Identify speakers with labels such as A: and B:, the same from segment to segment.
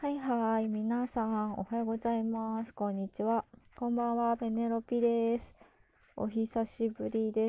A: はいはい、皆さんおはようございます。こんにちは。こんばんは、ペネロピです。お久しぶりです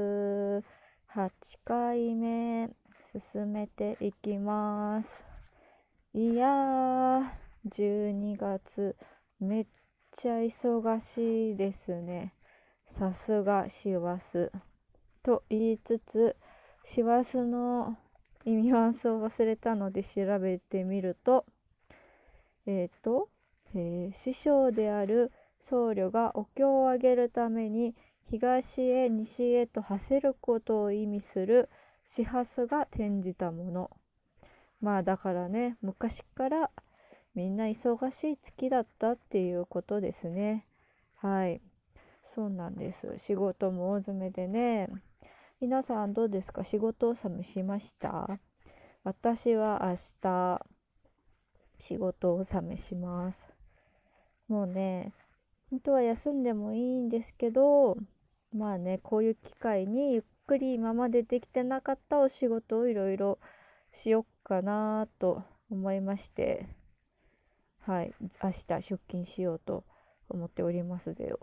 A: 。8回目、進めていきます。いやー、12月、めっちゃ忙しいですね。さすが師走。と言いつつ、師走のニュアンスを忘れたので調べてみると、えっと、師匠である僧侶がお経をあげるために東へ西へと馳せることを意味する始発が転じたもの。まあだからね、昔からみんな忙しい月だったっていうことですね。はい、そうなんです。仕事も大詰めでね。皆さんどうですか？仕事納めしました？私は明日仕事納めします。もうね、本当は休んでもいいんですけど、まあね、こういう機会にゆっくり今までできてなかったお仕事をいろいろしよっかなと思いまして、はい、明日出勤しようと思っておりますぜよ。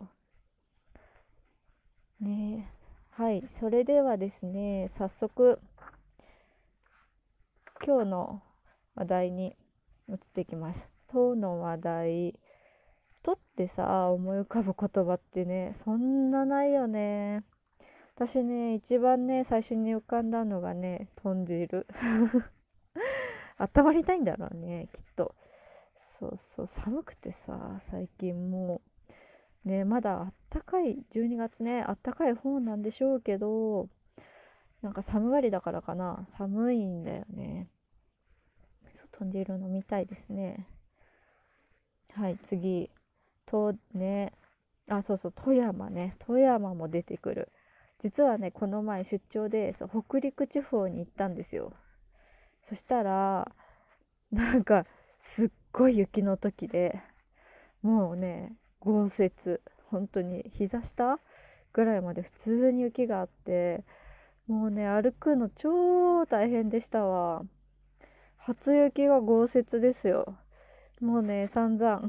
A: ね。はい、それではですね、早速今日の話題に移っていきます。今日の話題、とってさ、思い浮かぶ言葉ってね、そんなないよね。私ね、一番ね、最初に浮かんだのがね、豚汁。温まりたいんだろうね、きっと。そうそう、寒くてさ、最近もう、ね、まだあったかい、12月ね、あったかい方なんでしょうけど、なんか寒がりだからかな、寒いんだよね。そう、豚汁飲みたいですね。はい、次、ね、あ、そうそう、富山ね、富山も出てくる。実はね、この前出張で、そう、北陸地方に行ったんですよ。そしたら、なんか、すっごい雪の時で、もうね、豪雪、本当に膝下ぐらいまで普通に雪があって、もうね、歩くの超大変でしたわ。初雪が豪雪ですよ。もうね、散々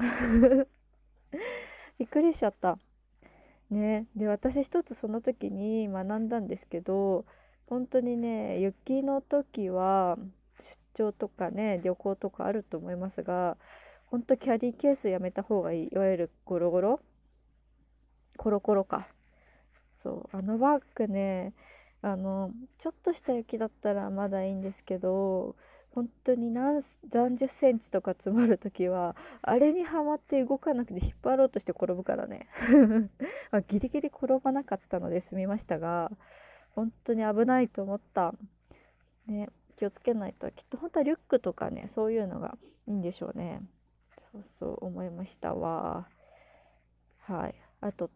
A: びっくりしちゃった。ね、で、私一つその時に学んだんですけど、本当にね、雪の時は出張とかね、旅行とかあると思いますが、本当キャリーケースやめた方がいい。いわゆるゴロゴロ、コロコロか。そう、あのバッグね、ちょっとした雪だったらまだいいんですけど、本当に何十センチとか積もるときは、あれにはまって動かなくて引っ張ろうとして転ぶからね。まあ、ギリギリ転ばなかったので済みましたが、本当に危ないと思った。ね、気をつけないと。きっと本当はリュックとかね、そういうのがいいんでしょうね。そうそう思いましたわ。はい。あと、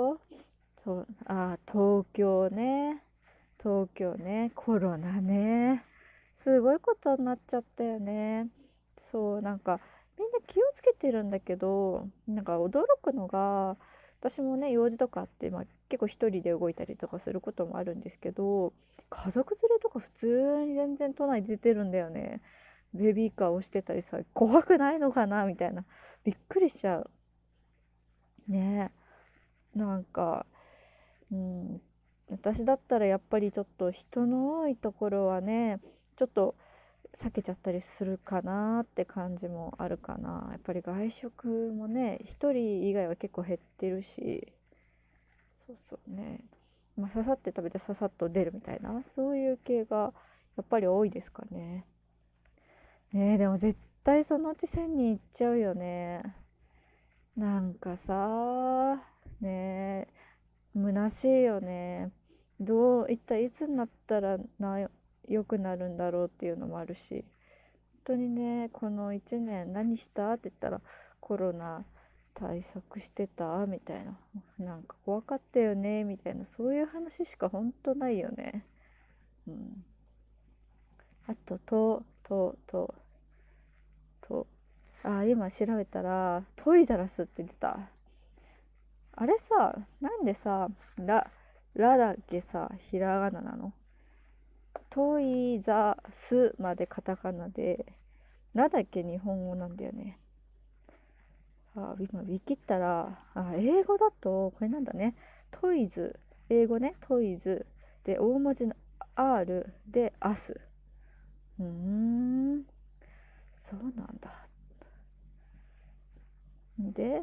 A: 東京ね。東京ね。コロナね。すごいことになっちゃったよね。そう、なんか、みんな気をつけてるんだけど、なんか驚くのが、私もね、用事とかあって、まあ、結構一人で動いたりとかすることもあるんですけど、家族連れとか普通に全然都内出てるんだよね。ベビーカーをしてたりさ、怖くないのかなみたいな。びっくりしちゃう。ねえ。なんか、うん、私だったらやっぱりちょっと人の多いところはね、ちょっと避けちゃったりするかなって感じもあるかな。やっぱり外食もね、一人以外は結構減ってるし、そうそうね。まあ、ささって食べてささっと出るみたいな、そういう系がやっぱり多いですかね。ねえ、でも絶対そのうち1000人いっちゃうよね。なんかさ、ねえ、虚しいよね。一体いつになったら良くなるんだろうっていうのもあるし、本当にね、この1年何したって言ったら、コロナ対策してたみたいな、なんか怖かったよねみたいな、そういう話しか本当ないよね。うん。あと、今調べたら、トイザラスって出た。あれさ、なんでさ、ラだけさ、ひらがななの？トイザスまでカタカナで、 なんだっけ、日本語なんだよね。今ウィキったら、英語だとこれなんだね。トイズ、英語ね、トイズで大文字の R でアス。うーん、そうなんだ。で、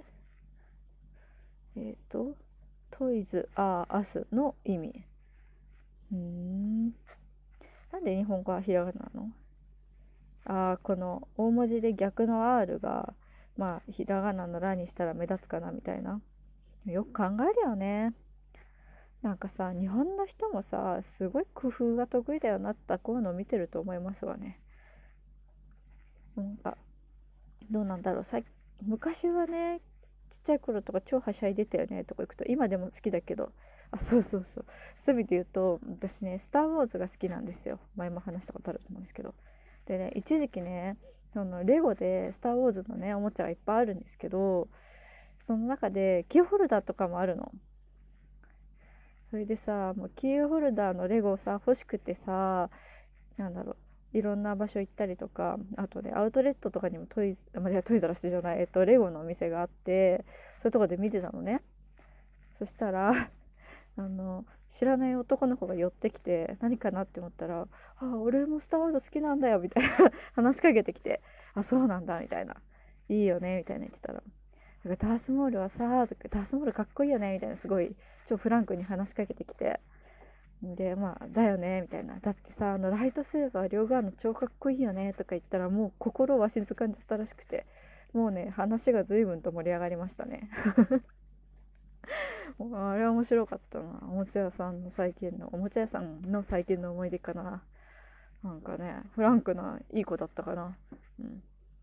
A: トイズアーアスの意味。うーん、なんで日本語はひらがななの？この大文字で逆の R が、まあ、ひらがなのラにしたら目立つかなみたいな。よく考えるよね。なんかさ、日本の人もさ、すごい工夫が得意だよなってこういうのを見てると思いますわね。なんか、どうなんだろう。昔はね、ちっちゃい頃とか超はしゃいでたよねとか行くと、今でも好きだけど、そうそうそう。そういう意味で言うと、私ね、スター・ウォーズが好きなんですよ。前も話したことあると思うんですけど。でね、一時期ね、そのレゴでスター・ウォーズのね、おもちゃがいっぱいあるんですけど、その中でキーホルダーとかもあるの。それでさ、もうキーホルダーのレゴをさ、欲しくてさ、なんだろいろんな場所行ったりとか、あとね、アウトレットとかにもトイザらスじゃない、レゴのお店があって、そういうとこで見てたのね。そしたら、あの、知らない男の子が寄ってきて、何かなって思ったら、俺もスター・ウォーズ好きなんだよ、みたいな話しかけてきて、そうなんだ、みたいな。いいよね、みたいな言ってたら。ダースモールはさ、ダースモールかっこいいよね、みたいな、すごい、超フランクに話しかけてきて、で、まあ、だよね、みたいな。だってさ、ライトセーバー両側の超かっこいいよね、とか言ったら、もう心わしづかんじゃったらしくて、もうね、話が随分と盛り上がりましたね。あれは面白かったな。おもちゃ屋さんの最近の思い出かな。なんかね、フランクないい子だったかな。うん。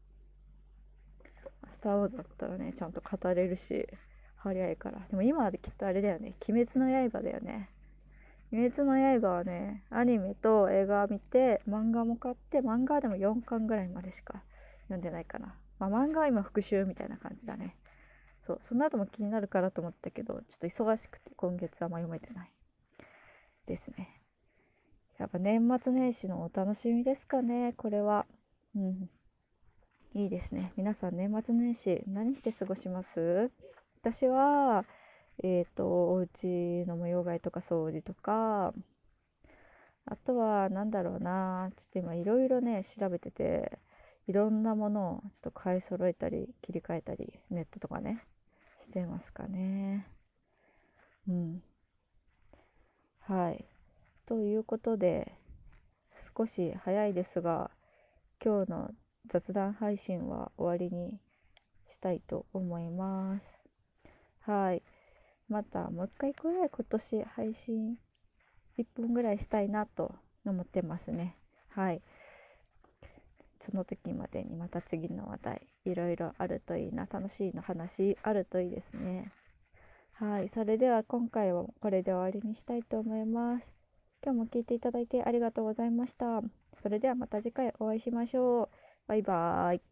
A: スター・ウォーズだったらね、ちゃんと語れるし、早いから。でも今はきっとあれだよね。鬼滅の刃だよね。鬼滅の刃はね、アニメと映画を見て、漫画も買って、漫画はでも4巻ぐらいまでしか読んでないかな。まあ、漫画は今復習みたいな感じだね。そう、その後も気になるからと思ったけど、ちょっと忙しくて今月はあんま読めてないですね。やっぱ年末年始のお楽しみですかね、これは。うん、いいですね。皆さん年末年始何して過ごします？私は、お家の模様替えとか掃除とか、あとは、なんだろうな、ちょっと今いろいろね、調べてて、いろんなものをちょっと買い揃えたり、切り替えたり、ネットとかね、してますかね。うん。はい。ということで、少し早いですが、今日の雑談配信は終わりにしたいと思います。はい。またもう一回くらい今年配信1分ぐらいしたいなと思ってますね。はい。その時までにまた次の話題いろいろあるといいな、楽しいの話あるといいですね。はい、それでは今回はこれで終わりにしたいと思います。今日も聞いていただいてありがとうございました。それではまた次回お会いしましょう。バイバーイ。